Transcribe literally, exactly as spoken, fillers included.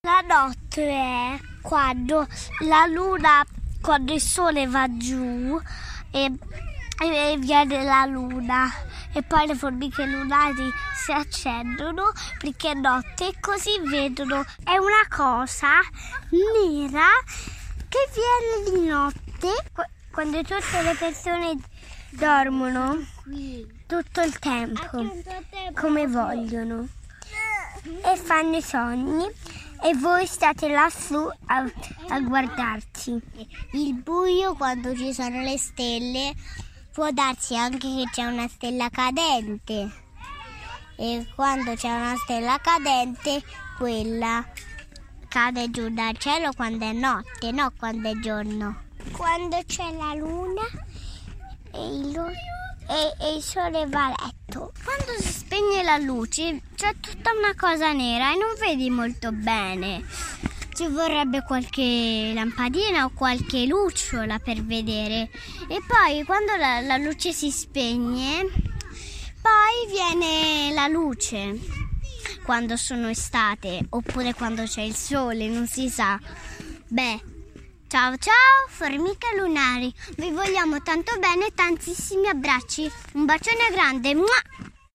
La notte è quando la luna, quando il sole va giù e, e viene la luna e poi le formiche lunari si accendono perché è notte e così vedono. È una cosa nera che viene di notte quando tutte le persone dormono tutto il tempo come vogliono e fanno i sogni. E voi state lassù a, a guardarci. Il buio, quando ci sono le stelle, può darsi anche che c'è una stella cadente. E quando c'è una stella cadente, quella cade giù dal cielo quando è notte, no quando è giorno. Quando c'è la luna e il, e, e il sole va a letto. Quando si spegne la luce c'è tutta una cosa nera e non vedi molto bene. Ci vorrebbe qualche lampadina o qualche lucciola per vedere. E poi quando la, la luce si spegne, poi viene la luce. Quando sono estate oppure quando c'è il sole, non si sa. Beh, ciao ciao formiche lunari, vi vogliamo tanto bene, tantissimi abbracci, un bacione grande. Mua!